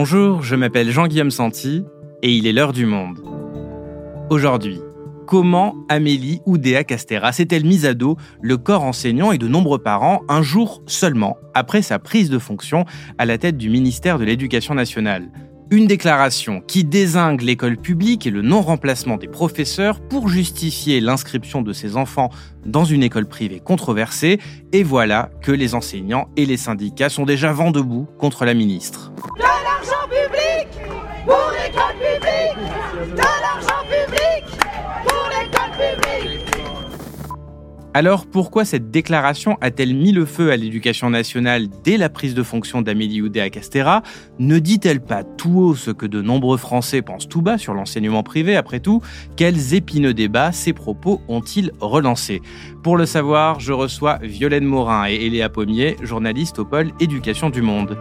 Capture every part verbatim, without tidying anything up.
Bonjour, je m'appelle Jean-Guillaume Santi et il est l'heure du monde. Aujourd'hui, comment Amélie Oudéa-Castéra s'est-elle mise à dos le corps enseignant et de nombreux parents un jour seulement après sa prise de fonction à la tête du ministère de l'Éducation nationale ? Une déclaration qui dézingue l'école publique et le non-remplacement des professeurs pour justifier l'inscription de ses enfants dans une école privée controversée. Et voilà que les enseignants et les syndicats sont déjà vent debout contre la ministre. De l'argent public pour l'école publique! De l'argent public pour l'école publique! Alors pourquoi cette déclaration a-t-elle mis le feu à l'éducation nationale dès la prise de fonction d'Amélie Oudéa-Castéra ? Ne dit-elle pas tout haut ce que de nombreux Français pensent tout bas sur l'enseignement privé après tout ? Quels épineux débats ces propos ont-ils relancés ? Pour le savoir, je reçois Violaine Morin et Eléa Pommier, journalistes au pôle Éducation du Monde.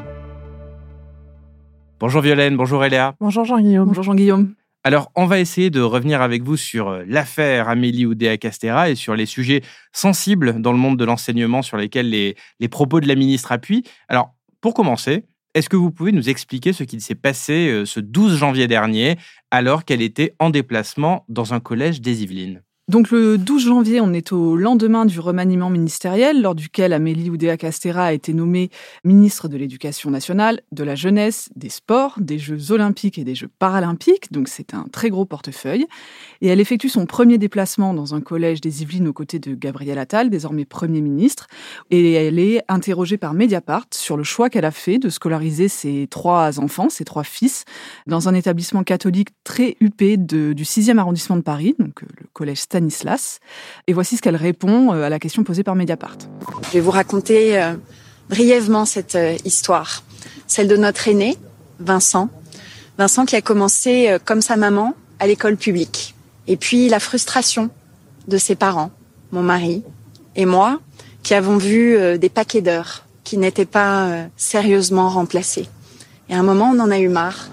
Bonjour Violaine, bonjour Eléa. Bonjour Jean-Guillaume. Bonjour Jean-Guillaume. Alors, on va essayer de revenir avec vous sur l'affaire Amélie Oudéa-Castéra et sur les sujets sensibles dans le monde de l'enseignement sur lesquels les, les propos de la ministre appuient. Alors, pour commencer, est-ce que vous pouvez nous expliquer ce qu'il s'est passé ce douze janvier dernier alors qu'elle était en déplacement dans un collège des Yvelines ? Donc le douze janvier, on est au lendemain du remaniement ministériel, lors duquel Amélie Oudéa-Castéra a été nommée ministre de l'Éducation nationale, de la jeunesse, des sports, des Jeux olympiques et des Jeux paralympiques, donc c'est un très gros portefeuille. Et elle effectue son premier déplacement dans un collège des Yvelines aux côtés de Gabriel Attal, désormais Premier ministre, et elle est interrogée par Mediapart sur le choix qu'elle a fait de scolariser ses trois enfants, ses trois fils, dans un établissement catholique très huppé de, du sixième arrondissement de Paris, donc le collège Stanislas. Et voici ce qu'elle répond à la question posée par Mediapart. Je vais vous raconter euh, brièvement cette euh, histoire. Celle de notre aîné, Vincent. Vincent qui a commencé, euh, comme sa maman, à l'école publique. Et puis la frustration de ses parents, mon mari et moi, qui avons vu euh, des paquets d'heures qui n'étaient pas euh, sérieusement remplacés. Et à un moment, on en a eu marre.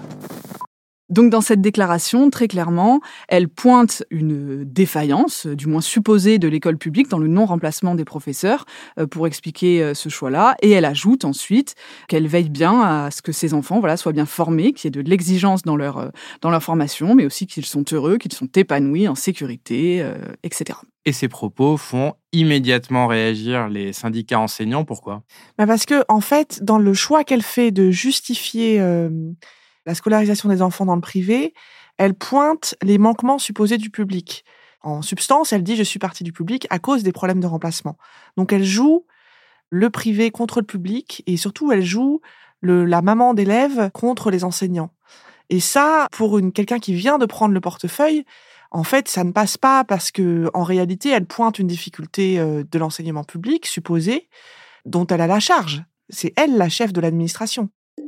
Donc dans cette déclaration, très clairement, elle pointe une défaillance, du moins supposée, de l'école publique dans le non-remplacement des professeurs pour expliquer ce choix-là. Et elle ajoute ensuite qu'elle veille bien à ce que ses enfants voilà, soient bien formés, qu'il y ait de l'exigence dans leur, dans leur formation, mais aussi qu'ils sont heureux, qu'ils sont épanouis, en sécurité, euh, et cetera. Et ces propos font immédiatement réagir les syndicats enseignants. Pourquoi ? Bah parce que, en fait, dans le choix qu'elle fait de justifier euh, la scolarisation des enfants dans le privé, elle pointe les manquements supposés du public. En substance, elle dit « je suis partie du public à cause des problèmes de remplacement ». Donc elle joue le privé contre le public et surtout elle joue le, la maman d'élèves contre les enseignants. Et ça, pour une, quelqu'un qui vient de prendre le portefeuille, en fait, ça ne passe pas parce que, en réalité, elle pointe une difficulté euh, de l'enseignement public supposée dont elle a la charge. C'est elle la chef de l'administration.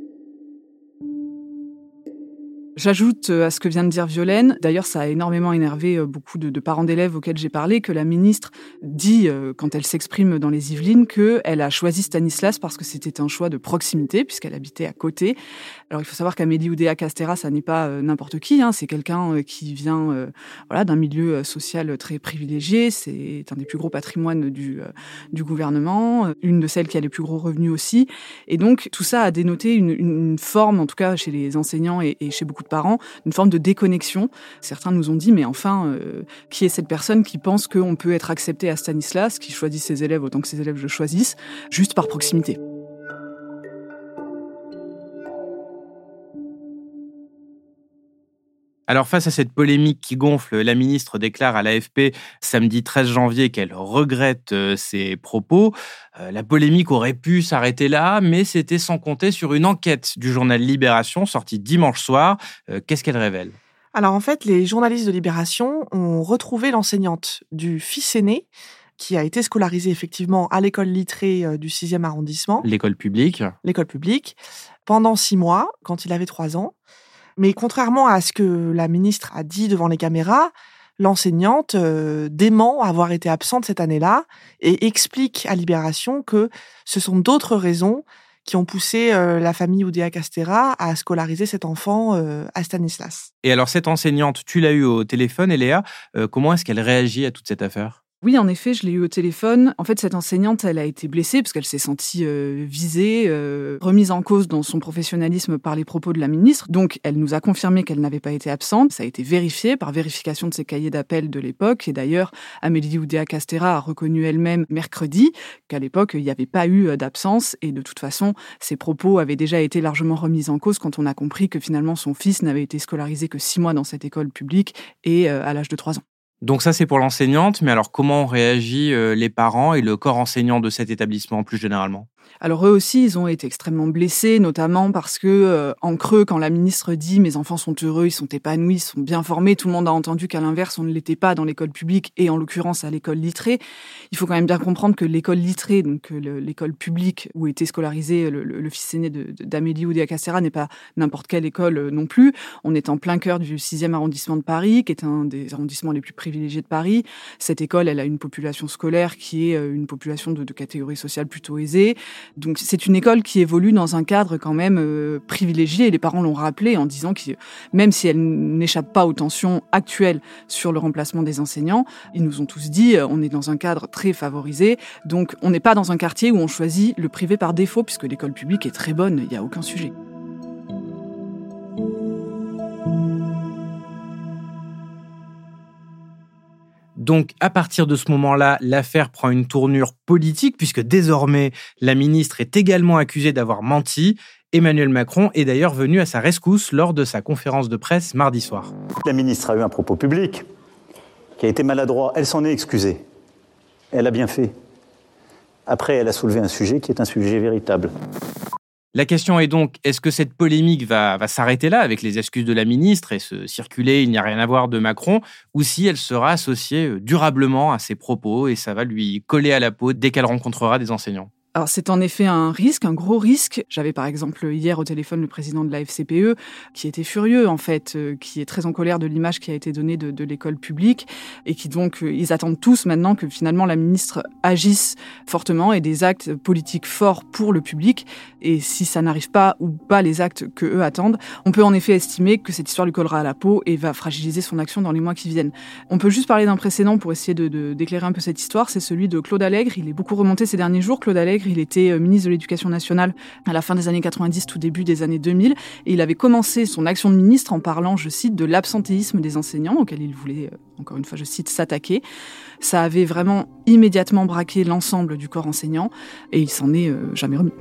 J'ajoute à ce que vient de dire Violaine, d'ailleurs ça a énormément énervé beaucoup de, de parents d'élèves auxquels j'ai parlé, que la ministre dit, euh, quand elle s'exprime dans les Yvelines, qu'elle a choisi Stanislas parce que c'était un choix de proximité, puisqu'elle habitait à côté. Alors il faut savoir qu'Amélie Oudéa-Castéra, ça n'est pas euh, n'importe qui, hein, c'est quelqu'un euh, qui vient euh, voilà, d'un milieu social très privilégié, c'est un des plus gros patrimoines du, euh, du gouvernement, une de celles qui a les plus gros revenus aussi. Et donc tout ça a dénoté une, une forme, en tout cas chez les enseignants et, et chez beaucoup de parents, une forme de déconnexion. Certains nous ont dit, mais enfin, euh, qui est cette personne qui pense qu'on peut être accepté à Stanislas, qui choisit ses élèves autant que ses élèves le choisissent, juste par proximité. Alors face à cette polémique qui gonfle, la ministre déclare à l'A F P samedi treize janvier qu'elle regrette euh, ses propos. Euh, la polémique aurait pu s'arrêter là, mais c'était sans compter sur une enquête du journal Libération sortie dimanche soir. Euh, qu'est-ce qu'elle révèle ? Alors en fait, les journalistes de Libération ont retrouvé l'enseignante du fils aîné qui a été scolarisé effectivement à l'école Littré euh, du sixième arrondissement. L'école publique. L'école publique, pendant six mois, quand il avait trois ans. Mais contrairement à ce que la ministre a dit devant les caméras, l'enseignante euh, dément avoir été absente cette année-là et explique à Libération que ce sont d'autres raisons qui ont poussé euh, la famille Oudéa-Castéra à scolariser cet enfant euh, à Stanislas. Et alors cette enseignante, tu l'as eue au téléphone, Eléa, euh, comment est-ce qu'elle réagit à toute cette affaire ? Oui, en effet, je l'ai eu au téléphone. En fait, cette enseignante, elle a été blessée parce qu'elle s'est sentie euh, visée, euh, remise en cause dans son professionnalisme par les propos de la ministre. Donc, elle nous a confirmé qu'elle n'avait pas été absente. Ça a été vérifié par vérification de ses cahiers d'appel de l'époque. Et d'ailleurs, Amélie Oudéa-Castéra a reconnu elle-même mercredi qu'à l'époque, il n'y avait pas eu d'absence. Et de toute façon, ses propos avaient déjà été largement remis en cause quand on a compris que finalement, son fils n'avait été scolarisé que six mois dans cette école publique et euh, à l'âge de trois ans. Donc ça, c'est pour l'enseignante, mais alors comment ont réagi euh, les parents et le corps enseignant de cet établissement plus généralement ? Alors eux aussi, ils ont été extrêmement blessés, notamment parce que, euh, en creux, quand la ministre dit « mes enfants sont heureux, ils sont épanouis, ils sont bien formés », tout le monde a entendu qu'à l'inverse, on ne l'était pas dans l'école publique et en l'occurrence à l'école littrée. Il faut quand même bien comprendre que l'école littrée, donc le, l'école publique où était scolarisé le, le, le fils aîné de, de, d'Amélie Oudéa-Castéra n'est pas n'importe quelle école non plus. On est en plein cœur du sixième arrondissement de Paris, qui est un des arrondissements les plus privilégiés de Paris. Cette école, elle a une population scolaire qui est une population de, de catégorie sociale plutôt aisée. Donc c'est une école qui évolue dans un cadre quand même euh, privilégié et les parents l'ont rappelé en disant que même si elle n'échappe pas aux tensions actuelles sur le remplacement des enseignants, ils nous ont tous dit euh, on est dans un cadre très favorisé, donc on n'est pas dans un quartier où on choisit le privé par défaut puisque l'école publique est très bonne, il n'y a aucun sujet. Donc, à partir de ce moment-là, l'affaire prend une tournure politique, puisque désormais, la ministre est également accusée d'avoir menti. Emmanuel Macron est d'ailleurs venu à sa rescousse lors de sa conférence de presse mardi soir. La ministre a eu un propos public qui a été maladroit. Elle s'en est excusée. Elle a bien fait. Après, elle a soulevé un sujet qui est un sujet véritable. La question est donc, est-ce que cette polémique va, va s'arrêter là avec les excuses de la ministre et se circuler, il n'y a rien à voir de Macron, ou si elle sera associée durablement à ses propos et ça va lui coller à la peau dès qu'elle rencontrera des enseignants ? Alors c'est en effet un risque, un gros risque. J'avais par exemple hier au téléphone le président de la F C P E qui était furieux en fait, euh, qui est très en colère de l'image qui a été donnée de, de l'école publique et qui donc, euh, ils attendent tous maintenant que finalement la ministre agisse fortement et des actes politiques forts pour le public. Et si ça n'arrive pas ou pas les actes que eux attendent, on peut en effet estimer que cette histoire lui collera à la peau et va fragiliser son action dans les mois qui viennent. On peut juste parler d'un précédent pour essayer de, de, d'éclairer un peu cette histoire, c'est celui de Claude Allègre. Il est beaucoup remonté ces derniers jours. Claude Allègre, il était ministre de l'Éducation nationale à la fin des années quatre-vingt-dix, tout début des années deux mille. Et il avait commencé son action de ministre en parlant, je cite, de l'absentéisme des enseignants, auquel il voulait, encore une fois, je cite, s'attaquer. Ça avait vraiment immédiatement braqué l'ensemble du corps enseignant et il s'en est euh, jamais remis.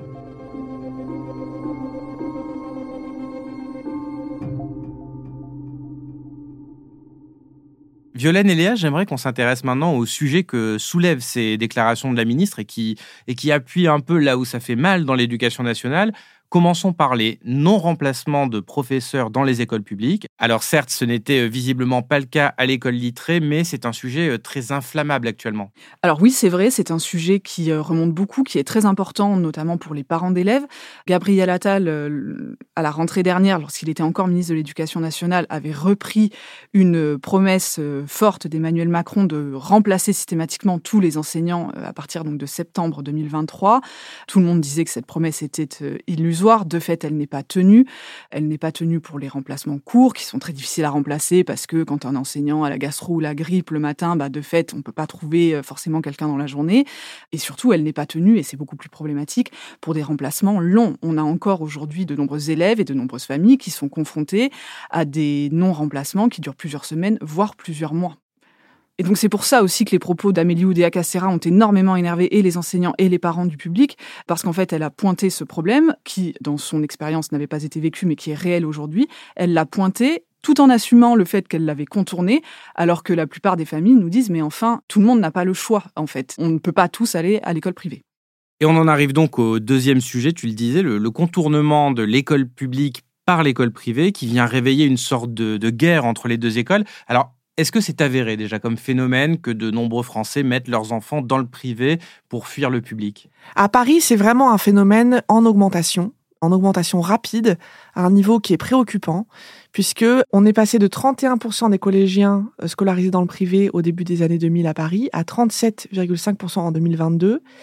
Violaine et Léa, j'aimerais qu'on s'intéresse maintenant au sujet que soulèvent ces déclarations de la ministre et qui, et qui appuie un peu là où ça fait mal dans l'éducation nationale. Commençons par les non-remplacements de professeurs dans les écoles publiques. Alors certes, ce n'était visiblement pas le cas à l'école littrée, mais c'est un sujet très inflammable actuellement. Alors oui, c'est vrai, c'est un sujet qui remonte beaucoup, qui est très important, notamment pour les parents d'élèves. Gabriel Attal, à la rentrée dernière, lorsqu'il était encore ministre de l'Éducation nationale, avait repris une promesse forte d'Emmanuel Macron de remplacer systématiquement tous les enseignants à partir donc de septembre deux mille vingt-trois. Tout le monde disait que cette promesse était illusoire. De fait, elle n'est pas tenue. Elle n'est pas tenue pour les remplacements courts, qui sont très difficiles à remplacer parce que quand un enseignant a la gastro ou la grippe le matin, bah de fait, on ne peut pas trouver forcément quelqu'un dans la journée. Et surtout, elle n'est pas tenue, et c'est beaucoup plus problématique, pour des remplacements longs. On a encore aujourd'hui de nombreux élèves et de nombreuses familles qui sont confrontés à des non-remplacements qui durent plusieurs semaines, voire plusieurs mois. Et donc c'est pour ça aussi que les propos d'Amélie Oudéa-Castéra ont énormément énervé et les enseignants et les parents du public, parce qu'en fait elle a pointé ce problème qui, dans son expérience, n'avait pas été vécu mais qui est réel aujourd'hui. Elle l'a pointé tout en assumant le fait qu'elle l'avait contourné, alors que la plupart des familles nous disent « mais enfin, tout le monde n'a pas le choix en fait. On ne peut pas tous aller à l'école privée ». Et on en arrive donc au deuxième sujet, tu le disais, le, le contournement de l'école publique par l'école privée qui vient réveiller une sorte de, de guerre entre les deux écoles. Alors, est-ce que c'est avéré déjà comme phénomène que de nombreux Français mettent leurs enfants dans le privé pour fuir le public ? À Paris, c'est vraiment un phénomène en augmentation, en augmentation rapide, à un niveau qui est préoccupant, puisque on est passé de trente et un pour cent des collégiens scolarisés dans le privé au début des années deux mille à Paris à trente-sept virgule cinq pour cent en deux mille vingt-deux.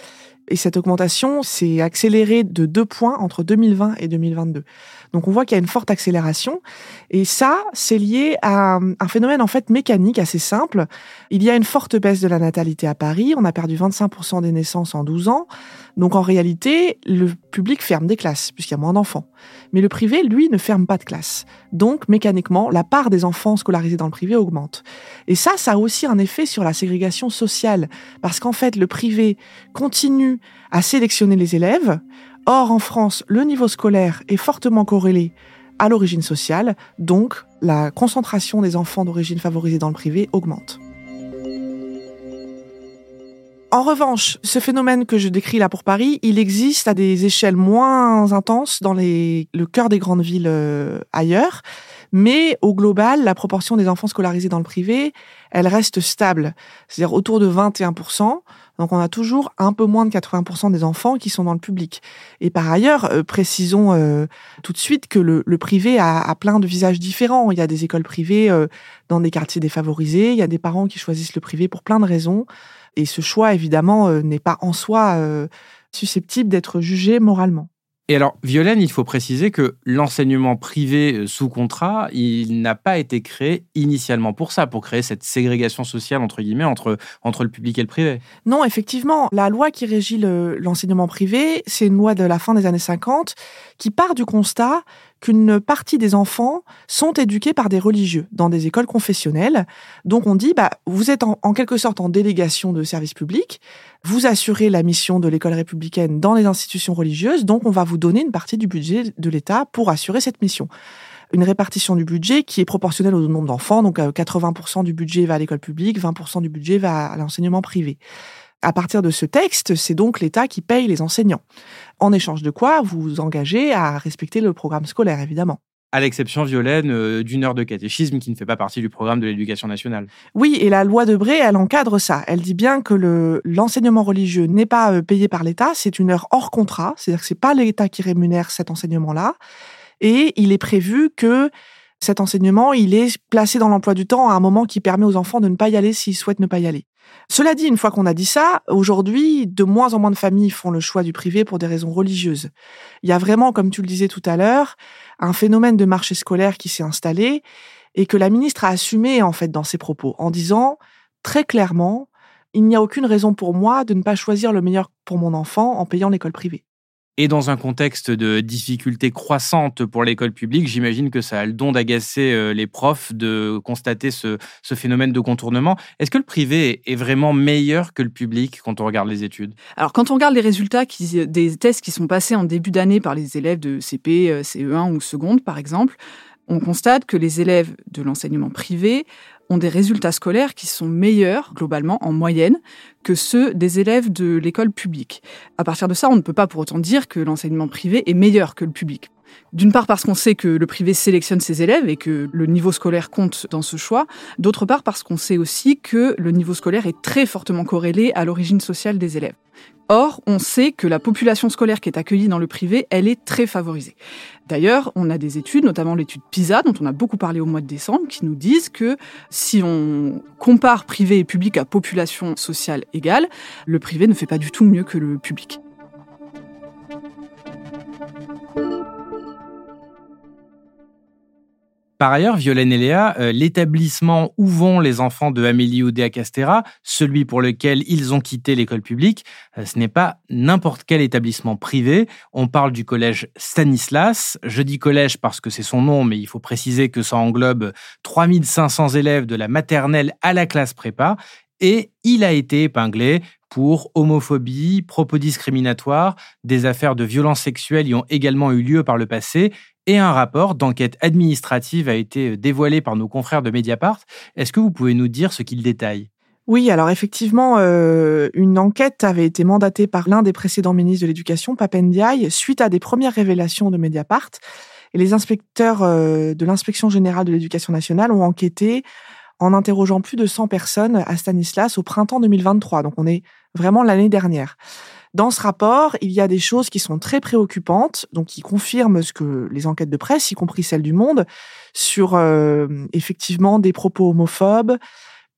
Et cette augmentation s'est accélérée de deux points entre deux mille vingt et deux mille vingt-deux. Donc on voit qu'il y a une forte accélération. Et ça, c'est lié à un phénomène en fait mécanique assez simple. Il y a une forte baisse de la natalité à Paris. On a perdu vingt-cinq pour cent des naissances en douze ans. Donc en réalité, le public ferme des classes puisqu'il y a moins d'enfants. Mais le privé, lui, ne ferme pas de classes. Donc mécaniquement, la part des enfants scolarisés dans le privé augmente. Et ça, ça a aussi un effet sur la ségrégation sociale. Parce qu'en fait, le privé continue à sélectionner les élèves. Or, en France, le niveau scolaire est fortement corrélé à l'origine sociale, donc la concentration des enfants d'origine favorisée dans le privé augmente. En revanche, ce phénomène que je décris là pour Paris, il existe à des échelles moins intenses dans les, le cœur des grandes villes euh, ailleurs, mais au global, la proportion des enfants scolarisés dans le privé, elle reste stable, c'est-à-dire autour de vingt et un pour cent. Donc on a toujours un peu moins de quatre-vingts pour cent des enfants qui sont dans le public. Et par ailleurs, euh, précisons euh, tout de suite que le, le privé a, a plein de visages différents. Il y a des écoles privées euh, dans des quartiers défavorisés, il y a des parents qui choisissent le privé pour plein de raisons. Et ce choix, évidemment, euh, n'est pas en soi euh, susceptible d'être jugé moralement. Et alors, Violaine, il faut préciser que l'enseignement privé sous contrat, il n'a pas été créé initialement pour ça, pour créer cette ségrégation sociale, entre guillemets, entre, entre le public et le privé. Non, effectivement, la loi qui régit le, l'enseignement privé, c'est une loi de la fin des années cinquante qui part du constat qu'une partie des enfants sont éduqués par des religieux dans des écoles confessionnelles. Donc on dit, bah, vous êtes en, en quelque sorte en délégation de service public, vous assurez la mission de l'école républicaine dans les institutions religieuses, donc on va vous donner une partie du budget de l'État pour assurer cette mission. Une répartition du budget qui est proportionnelle au nombre d'enfants, donc quatre-vingts pour cent du budget va à l'école publique, vingt pour cent du budget va à l'enseignement privé. À partir de ce texte, c'est donc l'État qui paye les enseignants. En échange de quoi, vous vous engagez à respecter le programme scolaire, évidemment. À l'exception, Violaine, euh, d'une heure de catéchisme qui ne fait pas partie du programme de l'éducation nationale. Oui, et la loi Debré, elle encadre ça. Elle dit bien que le, l'enseignement religieux n'est pas euh, payé par l'État, c'est une heure hors contrat, c'est-à-dire que c'est pas l'État qui rémunère cet enseignement-là. Et il est prévu que cet enseignement, il est placé dans l'emploi du temps à un moment qui permet aux enfants de ne pas y aller s'ils souhaitent ne pas y aller. Cela dit, une fois qu'on a dit ça, aujourd'hui, de moins en moins de familles font le choix du privé pour des raisons religieuses. Il y a vraiment, comme tu le disais tout à l'heure, un phénomène de marché scolaire qui s'est installé et que la ministre a assumé, en fait, dans ses propos, en disant très clairement, il n'y a aucune raison pour moi de ne pas choisir le meilleur pour mon enfant en payant l'école privée. Et dans un contexte de difficultés croissantes pour l'école publique, j'imagine que ça a le don d'agacer les profs, de constater ce, ce phénomène de contournement. Est-ce que le privé est vraiment meilleur que le public quand on regarde les études ? Alors, quand on regarde les résultats qui, des tests qui sont passés en début d'année par les élèves de C P, C E un ou seconde, par exemple, on constate que les élèves de l'enseignement privé ont des résultats scolaires qui sont meilleurs, globalement, en moyenne, que ceux des élèves de l'école publique. À partir de ça, on ne peut pas pour autant dire que l'enseignement privé est meilleur que le public. D'une part parce qu'on sait que le privé sélectionne ses élèves et que le niveau scolaire compte dans ce choix. D'autre part parce qu'on sait aussi que le niveau scolaire est très fortement corrélé à l'origine sociale des élèves. Or, on sait que la population scolaire qui est accueillie dans le privé, elle est très favorisée. D'ailleurs, on a des études, notamment l'étude PISA, dont on a beaucoup parlé au mois de décembre, qui nous disent que si on compare privé et public à population sociale égale, le privé ne fait pas du tout mieux que le public. Par ailleurs, Violaine et Léa, euh, l'établissement où vont les enfants de Amélie Oudéa-Castéra, celui pour lequel ils ont quitté l'école publique, euh, ce n'est pas n'importe quel établissement privé. On parle du collège Stanislas. Je dis collège parce que c'est son nom, mais il faut préciser que ça englobe trois mille cinq cents élèves de la maternelle à la classe prépa. Et il a été épinglé pour homophobie, propos discriminatoires, des affaires de violences sexuelles y ont également eu lieu par le passé. Et un rapport d'enquête administrative a été dévoilé par nos confrères de Mediapart. Est-ce que vous pouvez nous dire ce qu'il détaille ? Oui, alors effectivement, euh, une enquête avait été mandatée par l'un des précédents ministres de l'Éducation, Pape Ndiaye, suite à des premières révélations de Mediapart. Et les inspecteurs euh, de l'Inspection générale de l'Éducation nationale ont enquêté en interrogeant plus de cent personnes à Stanislas au printemps deux mille vingt-trois. Donc on est vraiment l'année dernière. Dans ce rapport, il y a des choses qui sont très préoccupantes, donc qui confirment ce que les enquêtes de presse, y compris celles du Monde, sur euh, effectivement des propos homophobes,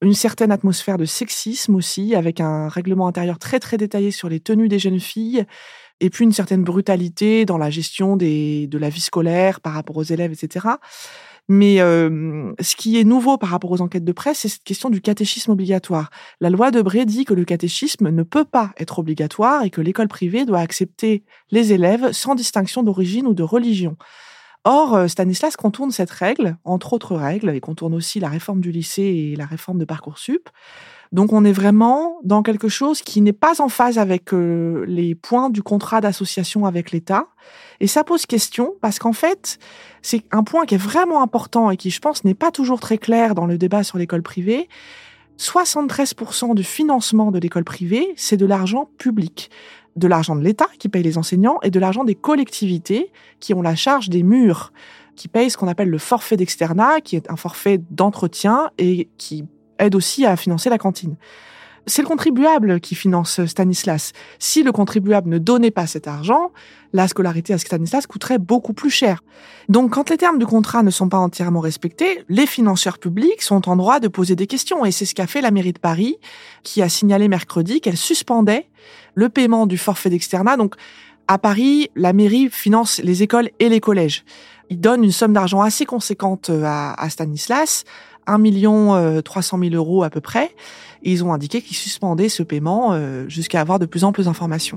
une certaine atmosphère de sexisme aussi, avec un règlement intérieur très très détaillé sur les tenues des jeunes filles, et puis une certaine brutalité dans la gestion des, de la vie scolaire par rapport aux élèves, et cetera. Mais euh, ce qui est nouveau par rapport aux enquêtes de presse, c'est cette question du catéchisme obligatoire. La loi Debré dit que le catéchisme ne peut pas être obligatoire et que l'école privée doit accepter les élèves sans distinction d'origine ou de religion. Or, Stanislas contourne cette règle, entre autres règles, et contourne aussi la réforme du lycée et la réforme de Parcoursup. Donc, on est vraiment dans quelque chose qui n'est pas en phase avec euh, les points du contrat d'association avec l'État. Et ça pose question parce qu'en fait, c'est un point qui est vraiment important et qui, je pense, n'est pas toujours très clair dans le débat sur l'école privée. soixante-treize pour cent du financement de l'école privée, c'est de l'argent public. De l'argent de l'État qui paye les enseignants et de l'argent des collectivités qui ont la charge des murs, qui payent ce qu'on appelle le forfait d'externat, qui est un forfait d'entretien et qui aide aussi à financer la cantine. C'est le contribuable qui finance Stanislas. Si le contribuable ne donnait pas cet argent, la scolarité à Stanislas coûterait beaucoup plus cher. Donc, quand les termes du contrat ne sont pas entièrement respectés, les financeurs publics sont en droit de poser des questions. Et c'est ce qu'a fait la mairie de Paris, qui a signalé mercredi qu'elle suspendait le paiement du forfait d'externat. Donc, à Paris, la mairie finance les écoles et les collèges. Ils donnent une somme d'argent assez conséquente à, à Stanislas, un million trois cent mille euros à peu près. Et ils ont indiqué qu'ils suspendaient ce paiement euh, jusqu'à avoir de plus en plus d'informations.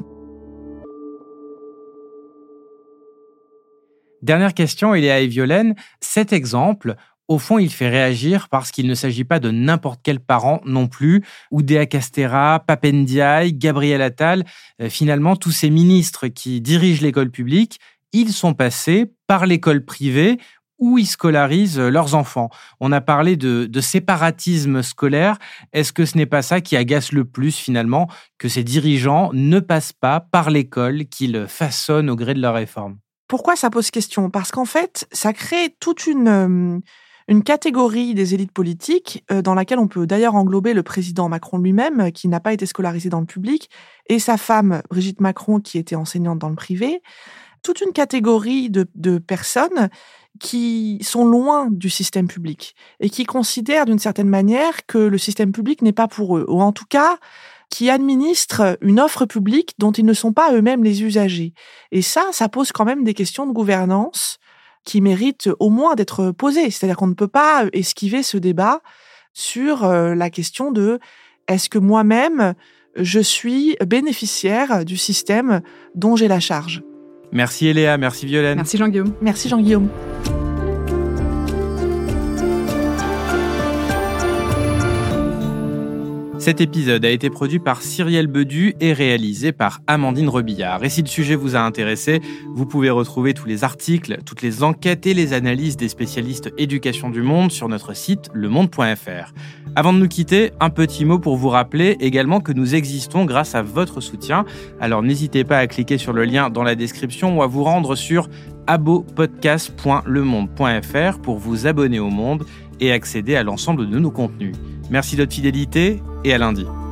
Dernière question, Eléa et Violaine. Cet exemple, au fond, il fait réagir parce qu'il ne s'agit pas de n'importe quel parent non plus. Oudéa Castéra, Pape Ndiaye, Gabriel Attal, euh, finalement, tous ces ministres qui dirigent l'école publique, ils sont passés par l'école privée où ils scolarisent leurs enfants. On a parlé de, de séparatisme scolaire. Est-ce que ce n'est pas ça qui agace le plus, finalement, que ces dirigeants ne passent pas par l'école qu'ils façonnent au gré de leur réforme ? Pourquoi ça pose question ? Parce qu'en fait, ça crée toute une, une catégorie des élites politiques dans laquelle on peut d'ailleurs englober le président Macron lui-même, qui n'a pas été scolarisé dans le public, et sa femme, Brigitte Macron, qui était enseignante dans le privé. Toute une catégorie de, de personnes qui sont loin du système public et qui considèrent d'une certaine manière que le système public n'est pas pour eux, ou en tout cas qui administrent une offre publique dont ils ne sont pas eux-mêmes les usagers. Et ça, ça pose quand même des questions de gouvernance qui méritent au moins d'être posées. C'est-à-dire qu'on ne peut pas esquiver ce débat sur la question de est-ce que moi-même, je suis bénéficiaire du système dont j'ai la charge ? Merci Eléa, merci Violaine. Merci Jean-Guillaume. Merci Jean-Guillaume. Cet épisode a été produit par Cyrielle Bedu et réalisé par Amandine Rebillard. Et si le sujet vous a intéressé, vous pouvez retrouver tous les articles, toutes les enquêtes et les analyses des spécialistes éducation du monde sur notre site le monde point f r. Avant de nous quitter, un petit mot pour vous rappeler également que nous existons grâce à votre soutien. Alors n'hésitez pas à cliquer sur le lien dans la description ou à vous rendre sur abopodcast point le monde point f r pour vous abonner au Monde et accéder à l'ensemble de nos contenus. Merci de votre fidélité et à lundi.